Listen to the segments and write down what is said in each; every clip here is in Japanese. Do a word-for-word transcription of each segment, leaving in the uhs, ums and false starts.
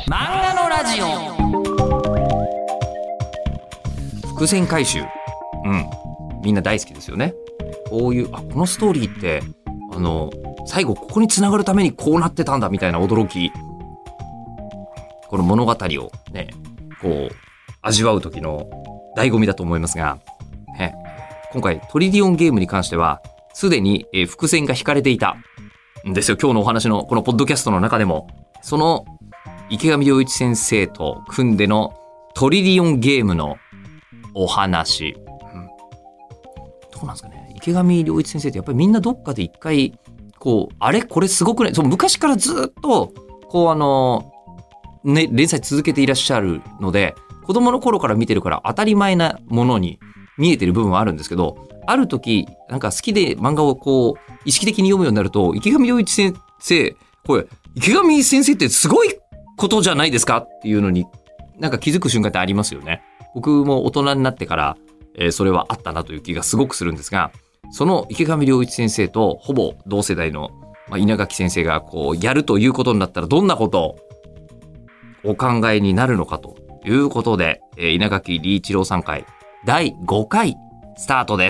漫画のラジオ。 伏線回収、うん、みんな大好きですよね。こういうあこのストーリーってあの最後ここに繋がるためにこうなってたんだみたいな驚き、この物語をねこう味わう時の醍醐味だと思いますが、ね、今回トリリオンゲームに関してはすでに、えー、伏線が引かれていたんですよ。今日のお話のこのポッドキャストの中でもその池上良一先生と組んでのトリリオンゲームのお話、うん、どうなんですかね。池上良一先生ってやっぱりみんなどっかで一回こうあれこれすごくね、そう昔からずっとこうあのね連載続けていらっしゃるので子供の頃から見てるから当たり前なものに見えてる部分はあるんですけど、ある時なんか好きで漫画をこう意識的に読むようになると池上良一先生これ池上先生ってすごいことじゃないですかっていうのになんか気づく瞬間ってありますよね。僕も大人になってから、えー、それはあったなという気がすごくするんですが、その池上良一先生とほぼ同世代の、まあ、稲垣先生がこうやるということになったらどんなことをお考えになるのかということで、えー、稲垣理一郎さん会だいごかいスタートです。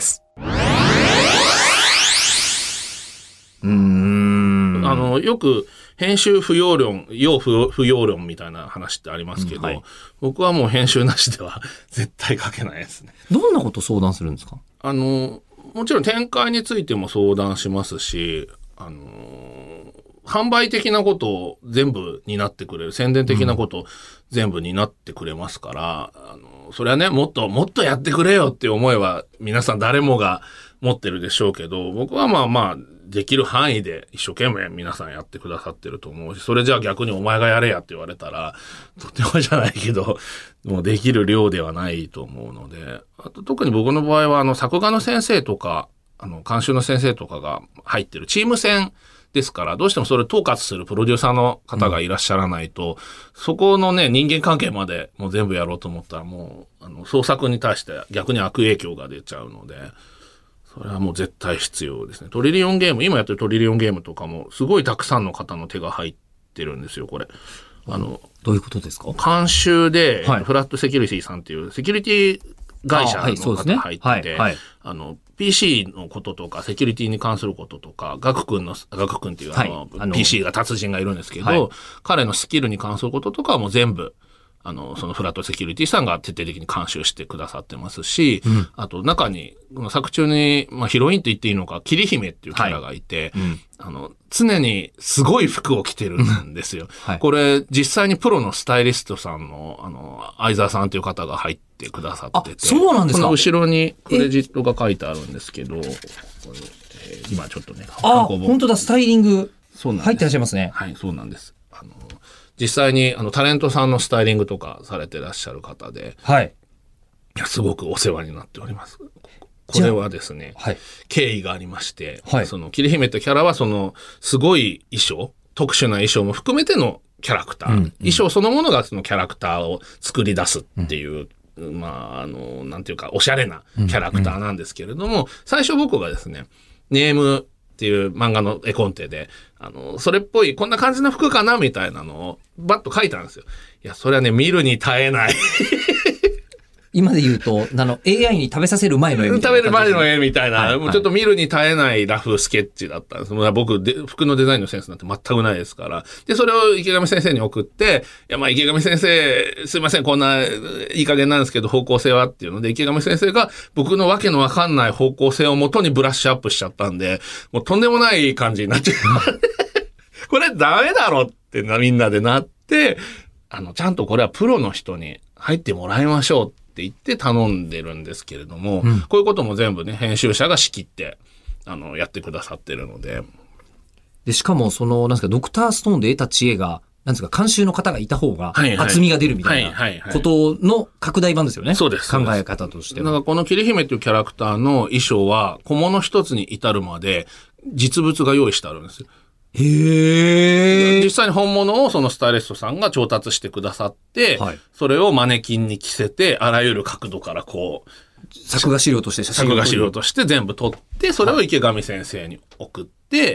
うーんあのよく編集不要論、要不要論みたいな話ってありますけど、うんはい、僕はもう編集なしでは絶対書けないですね。 どんなこと相談するんですか？ あのもちろん展開についても相談しますし、あの販売的なことを全部担ってくれる、宣伝的なことを全部担ってくれますから、うん、あのそれはねもっともっとやってくれよっていう思いは皆さん誰もが持ってるでしょうけど、僕はまあまあできる範囲で一生懸命皆さんやってくださってると思うし、それじゃあ逆にお前がやれやって言われたらとてもじゃないけどもうできる量ではないと思うので、あと特に僕の場合はあの作画の先生とかあの監修の先生とかが入ってるチーム戦ですから、どうしてもそれを統括するプロデューサーの方がいらっしゃらないと、うん、そこのね人間関係までもう全部やろうと思ったらもうあの創作に対して逆に悪影響が出ちゃうので、それはもう絶対必要ですね。トリリオンゲーム、今やってるトリリオンゲームとかもすごいたくさんの方の手が入ってるんですよ。これあのどういうことですか？ 監修で、はい、フラットセキュリティさんっていうセキュリティ会社の方が入ってて、あの ピーシー のこととかセキュリティに関することとか、ガク君のガク君っていうあの、はい、ピーシー が達人がいるんですけど、はい、彼のスキルに関することとかはもう全部あのそのフラットセキュリティさんが徹底的に監修してくださってますし、うん、あと中に作中に、まあ、ヒロインと言っていいのか桐姫っていうキャラがいて、はいうん、あの常にすごい服を着てるんですよ、はい、これ実際にプロのスタイリストさんのあの相沢さんという方が入ってくださってて、 そうなんですか？ この後ろにクレジットが書いてあるんですけど、これ、えー、今ちょっとねあ本当だ、スタイリング入ってらっしゃいますね。 はい、そうなんです。あの実際にあのタレントさんのスタイリングとかされてらっしゃる方で、はい、いやすごくお世話になっております。これはですね、はい、経緯がありまして、はい、その桐姫ってキャラはそのすごい衣装、特殊な衣装も含めてのキャラクター、うんうん、衣装そのものがそのキャラクターを作り出すっていう、うん、まああのなんていうかおしゃれなキャラクターなんですけれども、うんうん、最初僕がですねネームっていう漫画の絵コンテで、あの、それっぽい、こんな感じの服かなみたいなのを、バッと書いたんですよ。いや、それはね、見るに耐えない。 今で言うと、あの、エーアイ に食べさせる前の絵みたいな。 食べる前の絵みたいな、はいはい、もうちょっと見るに耐えないラフスケッチだったんです。もう僕で、服のデザインのセンスなんて全くないですから。で、それを池上先生に送って、いや、まあ、池上先生、すいません、こんないい加減なんですけど、方向性はっていうので、池上先生が僕のわけのわかんない方向性を元にブラッシュアップしちゃったんで、もうとんでもない感じになっちゃう。これダメだろってな、みんなでなって、あの、ちゃんとこれはプロの人に入ってもらいましょうって言って頼んでるんですけれども、うん、こういうことも全部ね、編集者が仕切って、あの、やってくださってるので。 で、しかもその、なんですか、ドクターストーンで得た知恵が、なんですか、監修の方がいた方が、厚みが出るみたいなことの拡大版ですよね。 そうです。 考え方としては。 だからこの桐姫というキャラクターの衣装は、小物一つに至るまで、実物が用意してあるんですよ。 へー。 実際に本物をそのスタイリストさんが調達してくださって、はい、それをマネキンに着せて、あらゆる角度からこう、 作画資料として写真作画資料として全部撮って、それを池上先生に送って、はい、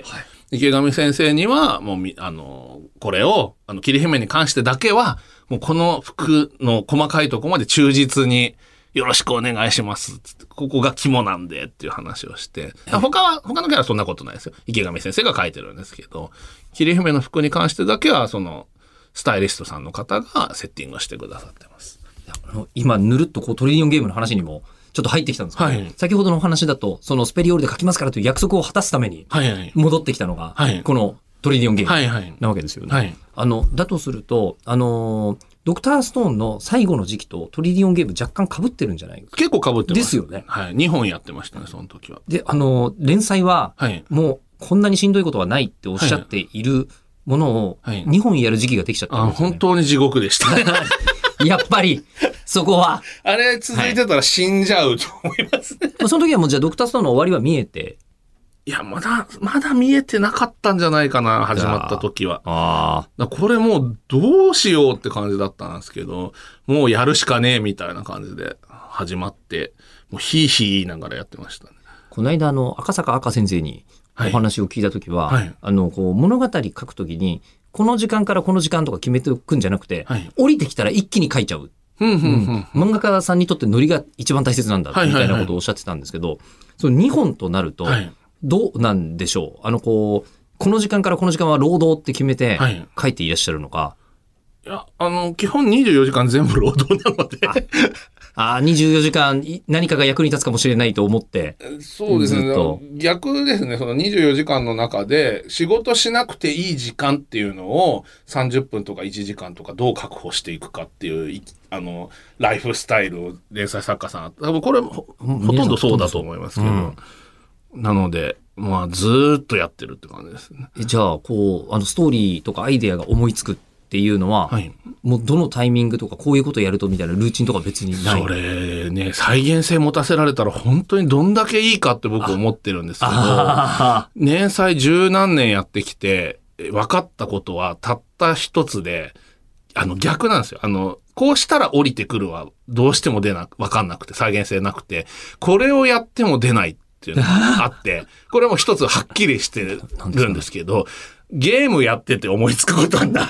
池上先生には、もうみ、あの、これを、あの、桐姫に関してだけは、もうこの服の細かいとこまで忠実に、よろしくお願いしますつって。ここが肝なんでっていう話をして。他は、他のキャラはそんなことないですよ。池上先生が書いてるんですけど、桐姫の服に関してだけは、その、スタイリストさんの方がセッティングしてくださってます。 あの今、ぬるっとこうトリリオンゲームの話にもちょっと入ってきたんですけど、はい、先ほどのお話だと、そのスペリオールで書きますからという約束を果たすために、戻ってきたのが、はいはい、このトリリオンゲームなわけですよね。はいはい、あの、だとすると、あのー、ドクターストーンの最後の時期とトリリオンゲーム若干被ってるんじゃないか。 結構被ってます。 ですよね。 はい。にほんやってましたね、その時は。 で、あの、連載は、もうこんなにしんどいことはないっておっしゃっているものを、にほんやる時期ができちゃったんですよね。 あ、本当に地獄でした。 やっぱり、そこは。 あれ続いてたら死んじゃうと思いますね。 はい、その時はもうじゃあドクターストーンの終わりは見えて。 いや、まだ、まだ見えてなかったんじゃないかな、始まった時は。ああ。これもうどうしようって感じだったんですけど、もうやるしかねえみたいな感じで始まって、もうヒーヒー言いながらやってましたね。 この間、あの、赤坂赤先生にお話を聞いた時は、はいはい、あの、こう、物語書く時に、この時間からこの時間とか決めておくんじゃなくて、はい、降りてきたら一気に書いちゃう。うんうんうんうん、漫画家さんにとってノリが一番大切なんだ、みたいなことをおっしゃってたんですけど、はいはいはい、そのにほんとなると、はいどうなんでしょうあの、こう、この時間からこの時間は労働って決めて書いていらっしゃるのか。はい、いや、あの、基本にじゅうよじかん全部労働なので。 ああ、にじゅうよじかん何かが役に立つかもしれないと思って。 そうですね。逆ですね。そのにじゅうよじかんの中で仕事しなくていい時間っていうのをさんじゅっぷんとかいちじかんとかどう確保していくかっていう、あの、ライフスタイルを連載作家さん、多分これほ、ほとんどそうだと思いますけど。うんなので、まあ、ずーっとやってるって感じですね。 じゃあ、こう、あの、ストーリーとかアイデアが思いつくっていうのは、はい、もうどのタイミングとかこういうことやるとみたいなルーチンとか別にない。 それね、再現性持たせられたら本当にどんだけいいかって僕思ってるんですけど、年祭十何年やってきて、分かったことはたった一つで、あの、逆なんですよ。あの、こうしたら降りてくるはどうしても出な、分かんなくて、再現性なくて、これをやっても出ない。っていうのがあって、これも一つはっきりしてるんですけど、ゲームやってて思いつくことはない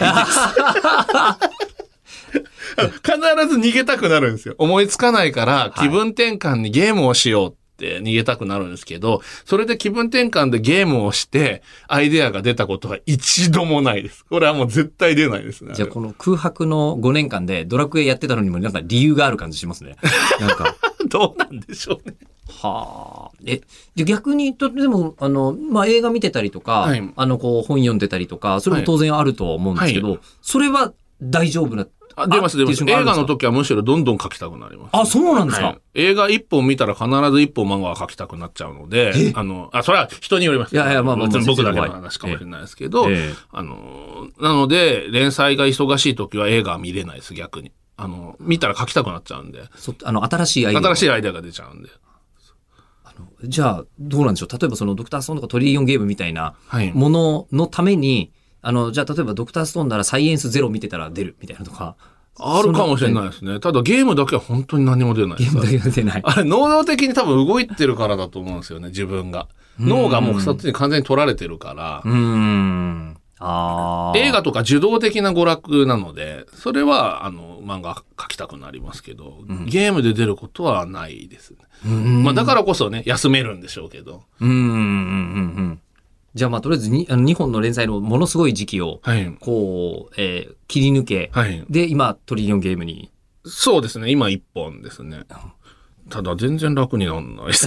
です。必ず逃げたくなるんですよ。思いつかないから気分転換にゲームをしようって逃げたくなるんですけど、それで気分転換でゲームをしてアイデアが出たことは一度もないです。これはもう絶対出ないですね。 じゃあこの空白のごねんかんでドラクエやってたのにもなんか理由がある感じしますね。なんか。 どうなんでしょうね。 はあ。え、で逆にとでもあのまあ映画見てたりとか、はい、あのこう本読んでたりとか、それも当然あるとは思うんですけど、はいはい、それは大丈夫な。 あ出ます出ます。映画の時はむしろどんどん書きたくなります、ね。 あ、そうなんですか。はい、 映画一本見たら必ず一本漫画が書きたくなっちゃうので、あのあそれは人によります。 いやいやまあまあ僕だけの話かもしれないですけど、ええ、あのなので連載が忙しい時は映画は見れないです逆に。あの見たら書きたくなっちゃうんで。 そあの新しいアイデア。 新しいアイデアが出ちゃうんで。 じゃあどうなんでしょう。例えばそのドクターストーンとかトリリオンゲームみたいなもののために、はい、あのじゃあ例えばドクターストーンならサイエンスゼロ見てたら出るみたいなとかあるかもしれないですね。ただゲームだけは本当に何も出ないです。 ゲームだけは出ない。 あれ能動的に多分動いてるからだと思うんですよね自分が。脳がもうそっちに完全に取られてるから。うーんあ映画とか受動的な娯楽なのでそれはあの漫画描きたくなりますけど、うん、ゲームで出ることはないですね。まあ、だからこそね休めるんでしょうけど。うんうんうんうんじゃあまあとりあえずにあのにほんの連載のものすごい時期をこう、はいえー、切り抜け、はい、で今トリリオンゲームにそうですね今いっぽんですね。ただ全然楽にならないです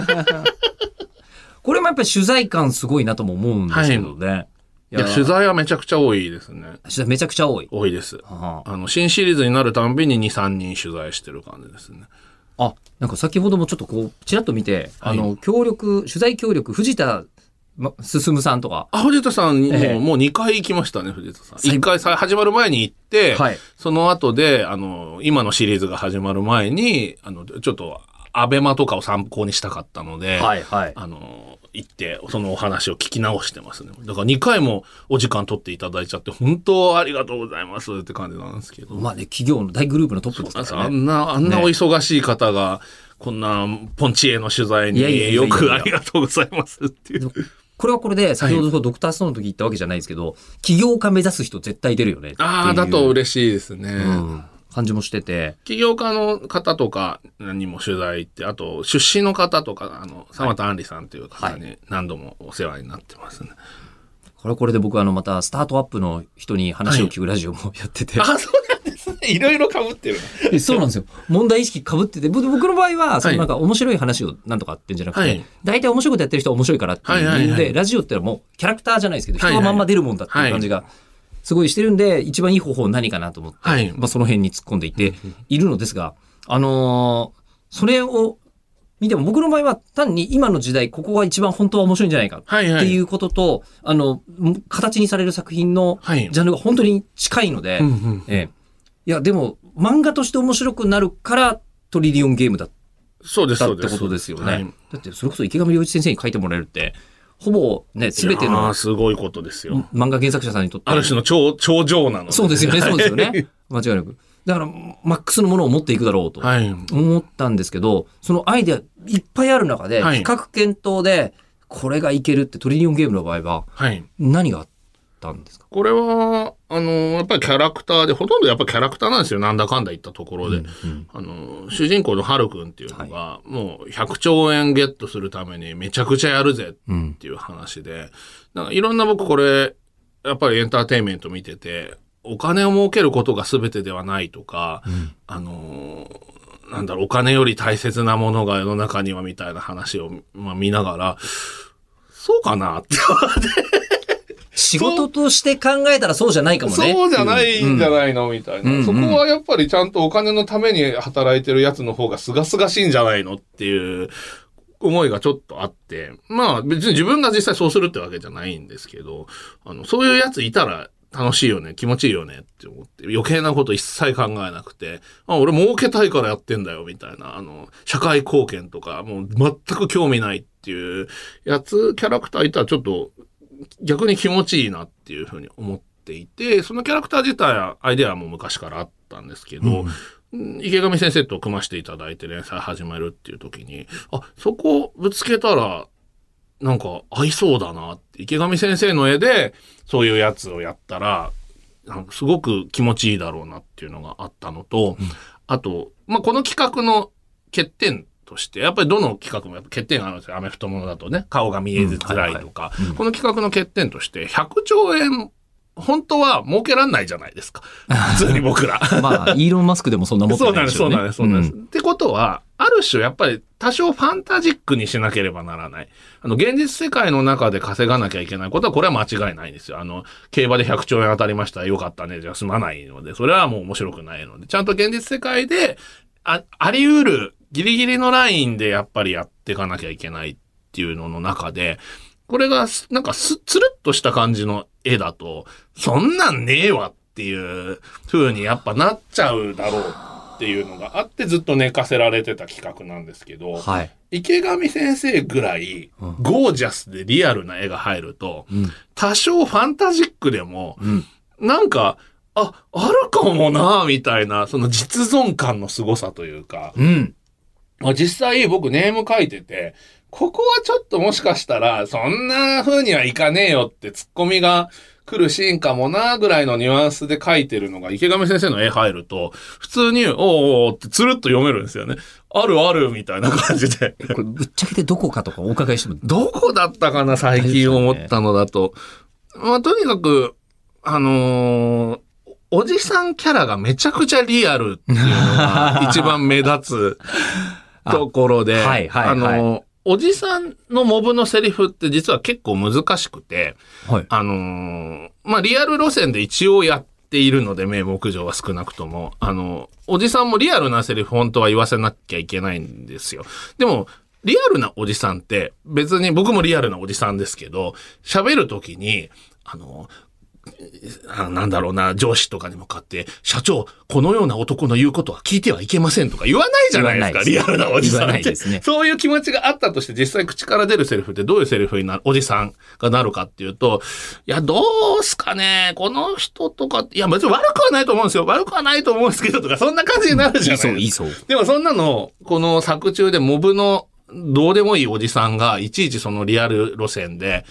これもやっぱり取材感すごいなとも思うんですけどね、はいいや取材はめちゃくちゃ多いですね。 取材めちゃくちゃ多い。 多いです。はあ、あの新シリーズになるたんびにに、さんにん取材してる感じですね。 あ、なんか先ほどもちょっとこうちらっと見て、はい、あの協力取材協力藤田進さんとか。 あ、藤田さんにも、ええ、もうにかい行きましたね藤田さん。いっかいさ始まる前に行って、はい、その後であの今のシリーズが始まる前にあのちょっとアベマとかを参考にしたかったので、はいはい、あの行ってそのお話を聞き直してますね。だからにかいもお時間取っていただいちゃって本当ありがとうございますって感じなんですけど。 まあね企業の大グループのトップですからね。 あんなあんなお忙しい方がこんなポンチエの取材によくありがとうございますっていう。 これはこれで、先ほどドクターストーンの時言ったわけじゃないですけど、はい、起業家目指す人絶対出るよねっていう。 ああ、だと嬉しいですね。 うん感じもしてて。 起業家の方とかにも取材行って、あと出身の方とか、あの、沢田杏里さんという方に何度もお世話になってますね。はい、 これはこれで僕あのまたスタートアップの人に話を聞くラジオもやってて。 はい、あ、そうなんですね。いろいろ被ってる。 そうなんですよ。問題意識被ってて、僕の場合は、そのなんか面白い話をなんとかってんじゃなくて、はい、大体面白いことやってる人は面白いからっていう理由で、はいはいはい、ラジオってのはもうキャラクターじゃないですけど、人がまんま出るもんだっていう感じが、はいはいすごいしてるんで、一番いい方法何かなと思って、はい、まあその辺に突っ込んでいているのですが、あのー、それを見ても僕の場合は単に今の時代、ここが一番本当は面白いんじゃないかっていうことと、はいはい、あの、形にされる作品のジャンルが本当に近いので、はいえー、いや、でも漫画として面白くなるからトリリオンゲームだったってことですよね。はい、だってそれこそ池上良一先生に書いてもらえるって、ほぼね、すべての。 すごいことですよ。 漫画原作者さんにとって。 ある種の頂頂上なので。 そうですよね、そうですよね。間違いなく。だから、マックスのものを持っていくだろうと思ったんですけど、はい、そのアイデアいっぱいある中で、比較検討で、これがいけるってトリリオンゲームの場合は、何があったんですか？ これは、あの、やっぱりキャラクターで、ほとんどやっぱりキャラクターなんですよ。なんだかんだ言ったところで。うんうん、あの、主人公のハルくんっていうのが、はい、もうひゃくちょうえんゲットするためにめちゃくちゃやるぜっていう話で、うん、なんかいろんな僕これ、やっぱりエンターテインメント見てて、お金を儲けることが全てではないとか、うん、あの、なんだろう、お金より大切なものが世の中にはみたいな話を、まあ、見ながら、そうかなって仕事として考えたらそうじゃないかもね。 そうじゃないんじゃないの、うん、みたいな、うん。そこはやっぱりちゃんとお金のために働いてるやつの方が清々しいんじゃないのっていう思いがちょっとあって。まあ別に自分が実際そうするってわけじゃないんですけど、あの、そういうやついたら楽しいよね、気持ちいいよねって思って、余計なこと一切考えなくて、あ、俺儲けたいからやってんだよ、みたいな、あの、社会貢献とか、もう全く興味ないっていうやつ、キャラクターいたらちょっと、逆に気持ちいいなっていうふうに思っていて、そのキャラクター自体はアイデアも昔からあったんですけど、うん、池上先生と組ましていただいて連載始めるっていう時に、あ、そこぶつけたらなんか合いそうだなって、池上先生の絵でそういうやつをやったらすごく気持ちいいだろうなっていうのがあったのと、うん、あと、まあ、この企画の欠点として、やっぱりどの企画もやっぱ欠点があるんですよ。アメフトものだとね、顔が見えづらいとか、うんはいはいうん。この企画の欠点として、ひゃくちょうえん、本当は儲けらんないじゃないですか。普通に僕ら。 まあ、イーロン・マスクでもそんなもんないですよね。 そうなんです、そうなんです、そうなんです。ってことは、ある種やっぱり多少ファンタジックにしなければならない。あの、現実世界の中で稼がなきゃいけないことは、これは間違いないんですよ。あの、競馬でひゃくちょうえん当たりました。よかったね。じゃあ済まないので、それはもう面白くないので、ちゃんと現実世界で、あ、あり得る、ギリギリのラインでやっぱりやっていかなきゃいけないっていうのの中で、これがなんかすつるっとした感じの絵だと、そんなんねえわっていう風にやっぱなっちゃうだろうっていうのがあってずっと寝かせられてた企画なんですけど、はい、池上先生ぐらいゴージャスでリアルな絵が入ると、うん、多少ファンタジックでも、うん、なんか、あ、あるかもなみたいな、その実存感の凄さというか、うん実際僕ネーム書いてて、ここはちょっともしかしたら、そんな風にはいかねえよってツッコミが来るシーンかもなぐらいのニュアンスで書いてるのが池上先生の絵入ると、普通に、おーおーってつるっと読めるんですよね。あるあるみたいな感じで。 これぶっちゃけてどこかとかお伺いしても。 どこだったかな最近思ったのだと。ね、まあとにかく、あのー、おじさんキャラがめちゃくちゃリアルっていうのが一番目立つ。ところで、あ,、はいはいはい、あの、おじさんのモブのセリフって実は結構難しくて、はい、あの、まあ、リアル路線で一応やっているので、名目上は少なくとも、あの、おじさんもリアルなセリフ本当は言わせなきゃいけないんですよ。でも、リアルなおじさんって別に僕もリアルなおじさんですけど、喋るときに、あの、なんだろうな、上司とかに向かって、社長、このような男の言うことは聞いてはいけませんとか言わないじゃないですか、リアルなおじさんって。言わないですね。そういう気持ちがあったとして実際口から出るセリフってどういうセリフになる、おじさんがなるかっていうと、いや、どうすかね、この人とか、いや、別に悪くはないと思うんですよ。悪くはないと思うんですけどとか、そんな感じになるじゃないですか。いいそう、いいそう。でもそんなの、この作中でモブのどうでもいいおじさんがいちいちそのリアル路線で、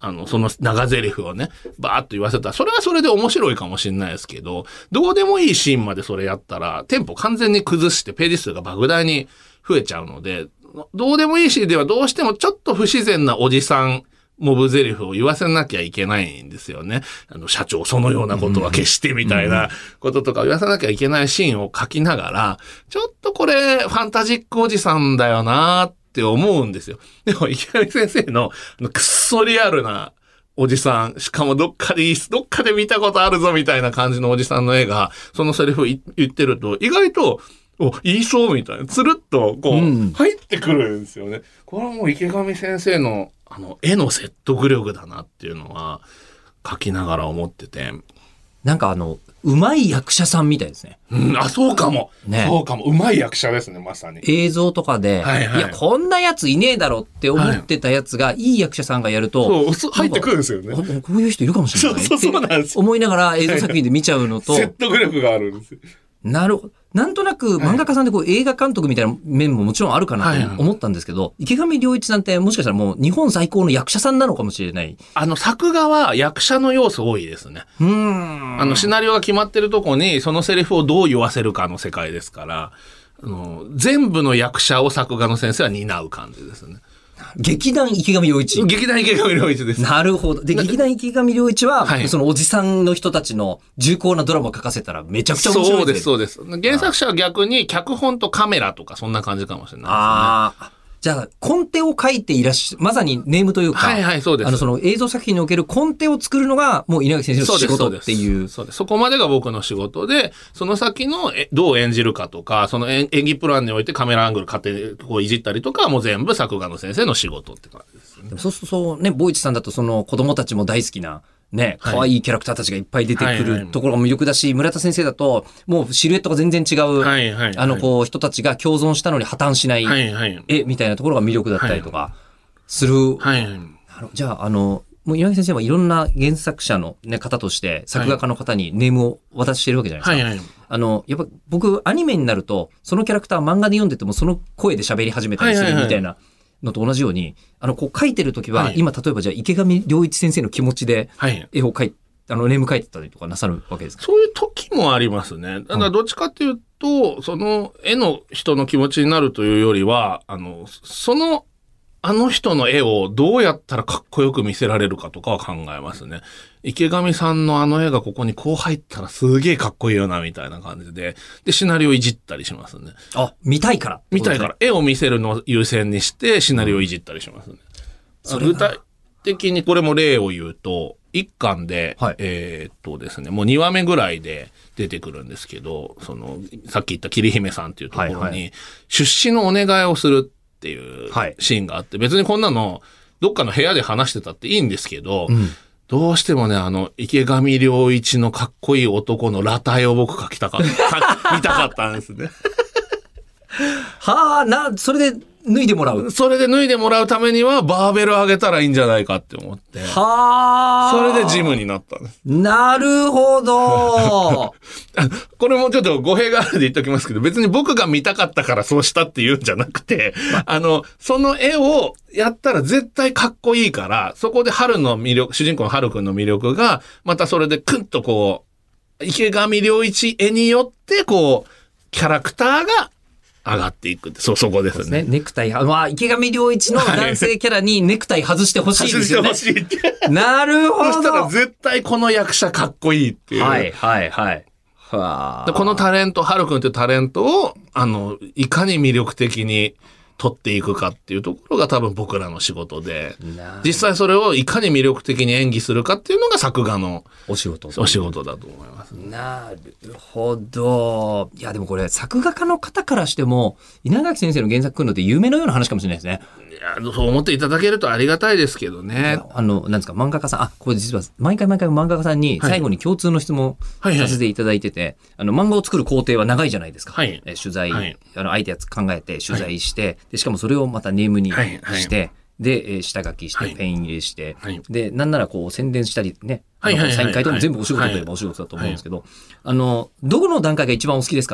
あの、その長台詞をね、バーっと言わせたら、それはそれで面白いかもしれないですけど、どうでもいいシーンまでそれやったら、テンポ完全に崩してページ数が莫大に増えちゃうので、どうでもいいシーンではどうしてもちょっと不自然なおじさん、モブ台詞を言わせなきゃいけないんですよね。あの、社長、そのようなことは決してみたいなこととか言わせなきゃいけないシーンを書きながら、ちょっとこれ、ファンタジックおじさんだよなって思うんですよ。でも、池上先生の、くっそリアルなおじさん、しかもどっかでいい、どっかで見たことあるぞみたいな感じのおじさんの絵が、そのセリフ言ってると、意外と、お、言いそうみたいな、つるっと、こう、うん、入ってくるんですよね。これはもう池上先生の、あの、絵の説得力だなっていうのは、書きながら思ってて。 なんかあの、上手い役者さんみたいですね。 うん、あ、そうかも。ね。そうかも。上手い役者ですね、まさに。 映像とかで、はいはい、いや、こんなやついねえだろって思ってたやつが、はい、いい役者さんがやると、 そう、入ってくるんですよね。 こういう人いるかもしれない。 そうそうそうなんです。 思いながら映像作品で見ちゃうのと。 説得力があるんですよ。 なるほど。なんとなく漫画家さんでこう映画監督みたいな面ももちろんあるかなと思ったんですけど、はいはい、池上良一さんってもしかしたらもう日本最高の役者さんなのかもしれない。 あの作画は役者の要素多いですね。うーん。あのシナリオが決まってるとこにそのセリフをどう言わせるかの世界ですから、あの全部の役者を作画の先生は担う感じですね。 劇団池上良一。 劇団池上良一です。 なるほど。で、劇団池上良一は、はい、そのおじさんの人たちの重厚なドラマを書かせたらめちゃくちゃ面白いです。 そうです、そうです。原作者は逆に脚本とカメラとかそんな感じかもしれないですね。 ああ。じゃあ、コンテを書いていらっしゃる、まさにネームというか、 はいはい、そうです。 あの、その映像作品におけるコンテを作るのが、もう稲垣先生の仕事っていう。 そうです。そこまでが僕の仕事で、その先のえどう演じるかとか、その演技プランにおいてカメラアングル勝手にこういじったりとかはもう全部作画の先生の仕事って感じですね。 でもそうするとそうね、ボイチさんだとその子供たちも大好きな、ね、可愛いキャラクターたちがいっぱい出てくるところが魅力だし、はいはい、村田先生だと、もうシルエットが全然違う、はいはいはい、あの、こう、人たちが共存したのに破綻しない絵みたいなところが魅力だったりとかする。はいはい、じゃあ、あの、もう稲垣先生はいろんな原作者の、ね、方として、作画家の方にネームを渡しているわけじゃないですか。はいはい、あの、やっぱ僕、アニメになると、そのキャラクター漫画で読んでても、その声で喋り始めたりするみたいな。はいはいはいのと同じように、あの、こう書いてるときは、はい、今、例えばじゃあ、池上良一先生の気持ちで、絵を描いて、はい、あの、ネーム書いてたりとかなさるわけですか？ そういう時もありますね。だから、どっちかっていうと、うん、その、絵の人の気持ちになるというよりは、あの、その、あの人の絵をどうやったらかっこよく見せられるかとかは考えますね。池上さんのあの絵がここにこう入ったらすげえかっこいいよな、みたいな感じで。で、シナリオいじったりしますね。 あ、見たいから。 見たいから。絵を見せるのを優先にして、シナリオいじったりしますね。うん、具体的にこれも例を言うと、一巻で、はい、えー、っとですね、もうにわめぐらいで出てくるんですけど、その、さっき言った桐姫さんっていうところに、はいはい、出資のお願いをするっていうシーンがあって、別にこんなのどっかの部屋で話してたっていいんですけど、うん、どうしてもね、あの、池上良一のかっこいい男の裸体を僕描きたかった、見たかったんですね。 はあ、な、それで脱いでもらう。 それで脱いでもらうためにはバーベル上げたらいいんじゃないかって思って。 はあ。 それでジムになったんです。 なるほど。 これもちょっと語弊があるで言っときますけど、別に僕が見たかったからそうしたっていうんじゃなくて、あの、その絵をやったら絶対かっこいいから、そこで春の魅力、主人公の春くんの魅力が、またそれでクンとこう、池上良一絵によって、こう、キャラクターが、上がっていくって、そう、そこですね。そうですね。 ネクタイ、まあ、池上良一の男性キャラにネクタイ外してほしいですよね。 外してほしいって。 なるほど。 そしたら絶対この役者かっこいいっていう。 はい、はい、はい。はあ。このタレント、ハルくんっていうタレントを、あの、いかに魅力的に取っていくかっていうところが多分僕らの仕事で、実際それをいかに魅力的に演技するかっていうのが作画のお仕事。 お仕事だと思います。 なるほど。いや、でもこれ作画家の方からしても、稲垣先生の原作来るのって夢のような話かもしれないですね。 いや、そう思っていただけるとありがたいですけどね。 あの、なんですか、漫画家さん、あ、これ実は毎回毎回漫画家さんに最後に共通の質問させていただいてて、はいはいはい、あの、漫画を作る工程は長いじゃないですか。はい、え取材、はい、あの、アイデア考えて取材して、はい、で、しかもそれをまたネームにして、はいはい、で、え下書きして、ペン入れして、はい、で、なんならこう宣伝したりね、はいはいはい、サイン会とかも全部お仕事といえばお仕事だと思うんですけど、はいはい、あの、どこの段階が一番お好きですかっ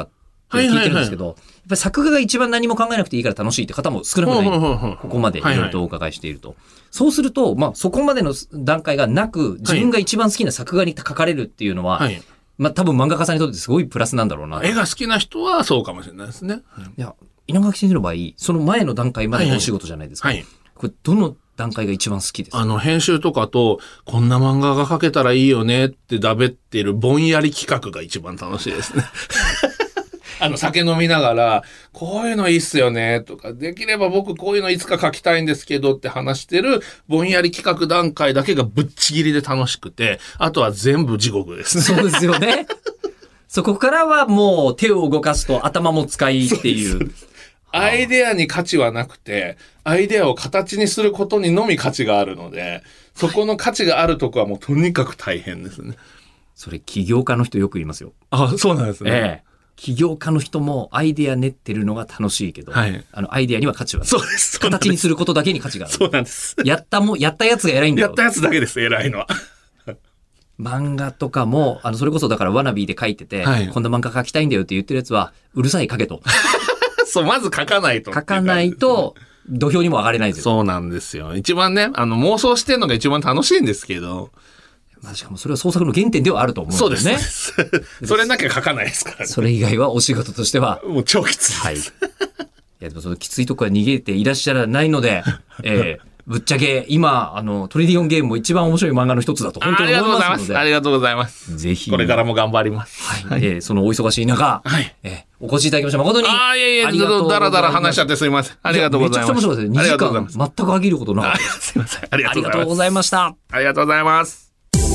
聞いてるんですけど、やっぱり作画が一番何も考えなくていいから楽しいって方も少なくない。ここまでいろいろとお伺いしていると。そうすると、まあそこまでの段階がなく、自分が一番好きな作画に書かれるっていうのは、はい、まあ多分漫画家さんにとってすごいプラスなんだろうな。 絵が好きな人はそうかもしれないですね。 いや、稲垣先生の場合、その前の段階までのお仕事じゃないですか。はいはい、これどの段階が一番好きですか？ あの、編集とかと、こんな漫画が描けたらいいよねってだべってるぼんやり企画が一番楽しいですね。あの、酒飲みながら、こういうのいいっすよねとか、できれば僕こういうのいつか書きたいんですけどって話してるぼんやり企画段階だけがぶっちぎりで楽しくて、あとは全部地獄ですね。 そうですよね。そこからはもう手を動かすと頭も使いっていう。 アイデアに価値はなくて、アイデアを形にすることにのみ価値があるので、そこの価値があるとこはもうとにかく大変ですね。 それ起業家の人よく言いますよ。 あ、そうなんですね。 ええ。起業家の人もアイデア練ってるのが楽しいけど、はい、あのアイデアには価値はない。 そうです。 形にすることだけに価値がある。 そうなんです。 やったも、やったやつが偉いんだよ。 やったやつだけです、偉いのは。 漫画とかも、あの、それこそだからワナビーで書いてて、はい、こんな漫画描きたいんだよって言ってるやつは、うるさい書けと。 そう、まず書かないと。 書かないと、土俵にも上がれないですよ。 そうなんですよ。一番ね、あの、妄想してるのが一番楽しいんですけど。 まあ、しかもそれは創作の原点ではあると思うんですね。 そうです。それなきゃ書かないですからね。 それ以外はお仕事としては。 もう超きついです。 はい。いや、でもそのきついとこは逃げていらっしゃらないので、えー、ぶっちゃけ今、あの、トリリオンゲームも一番面白い漫画の一つだと本当に思いますので。 ありがとうございます。 ぜひ。 これからも頑張ります。 はい。えー、そのお忙しい中、はい。えー、お越しいただきました。誠に。 ああ、いえいえ、だらだら話しちゃってすみません。ありがとうございます。 めちゃくちゃ面白いですね。にじかん全く飽きることなかった。 すみません。ありがとうございました。 ありがとうございます。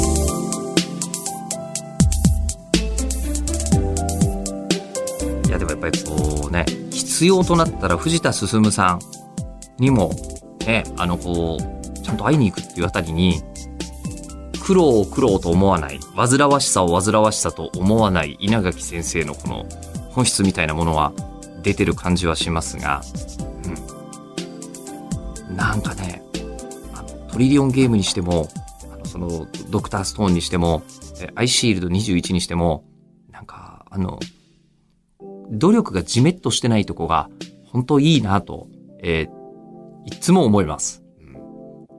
いや、でもやっぱりこうね、必要となったら藤田進さんにも、ね、あのこう、ちゃんと会いに行くっていうあたりに、苦労を苦労と思わない、煩わしさを煩わしさと思わない稲垣先生のこの本質みたいなものは出てる感じはしますが、うん、なんかね、あのトリリオンゲームにしても、あのそのドクターストーンにしても、アイシールドにじゅういちにしても、なんかあの、努力がじめっとしてないとこが本当いいなと、えー、いつも思います。うん、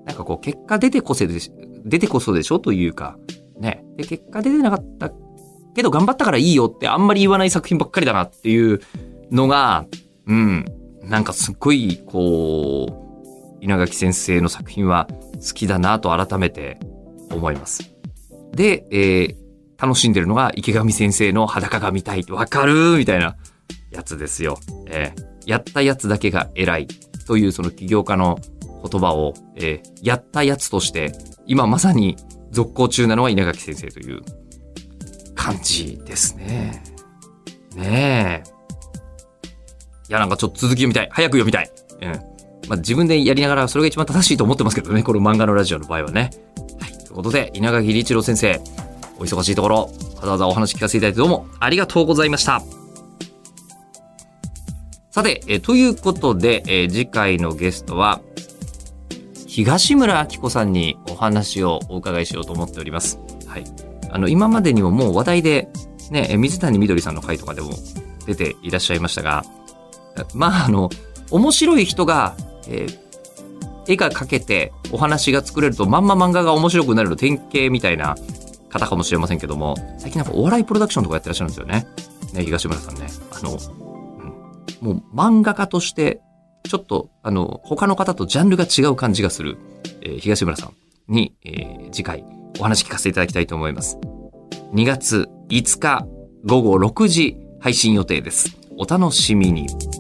なんかこう結果出てこそでし、出てこそでしょというか、ね。で、結果出てなかったけど頑張ったからいいよってあんまり言わない作品ばっかりだなっていうのが、うん。なんかすっごい、こう、稲垣先生の作品は好きだなと改めて思います。で、えー、楽しんでるのが池上先生の裸が見たいってわかるみたいなやつですよ。えー、やったやつだけが偉いというその起業家の言葉を、えー、やったやつとして今まさに続行中なのは稲垣先生という感じですね。ねえ。いや、なんかちょっと続き読みたい。早く読みたい。うん。まあ、自分でやりながらそれが一番正しいと思ってますけどね。この漫画のラジオの場合はね。はい。ということで、稲垣理一郎先生、お忙しいところ、わざわざお話聞かせていただいてどうもありがとうございました。さて、えということで、え次回のゲストは、東村明子さんにお話をお伺いしようと思っております。はい。あの、今までにももう話題で、ね、水谷みどりさんの回とかでも出ていらっしゃいましたが、まあ、あの、面白い人が、えー、絵が描けてお話が作れるとまんま漫画が面白くなるの典型みたいな方かもしれませんけども、最近なんかお笑いプロダクションとかやってらっしゃるんですよね。ね、東村さんね。あの、うん、もう漫画家として、ちょっと、あの、他の方とジャンルが違う感じがする、えー、東村さんに、えー、次回お話聞かせていただきたいと思います。にがついつかごごろくじ配信予定です。お楽しみに。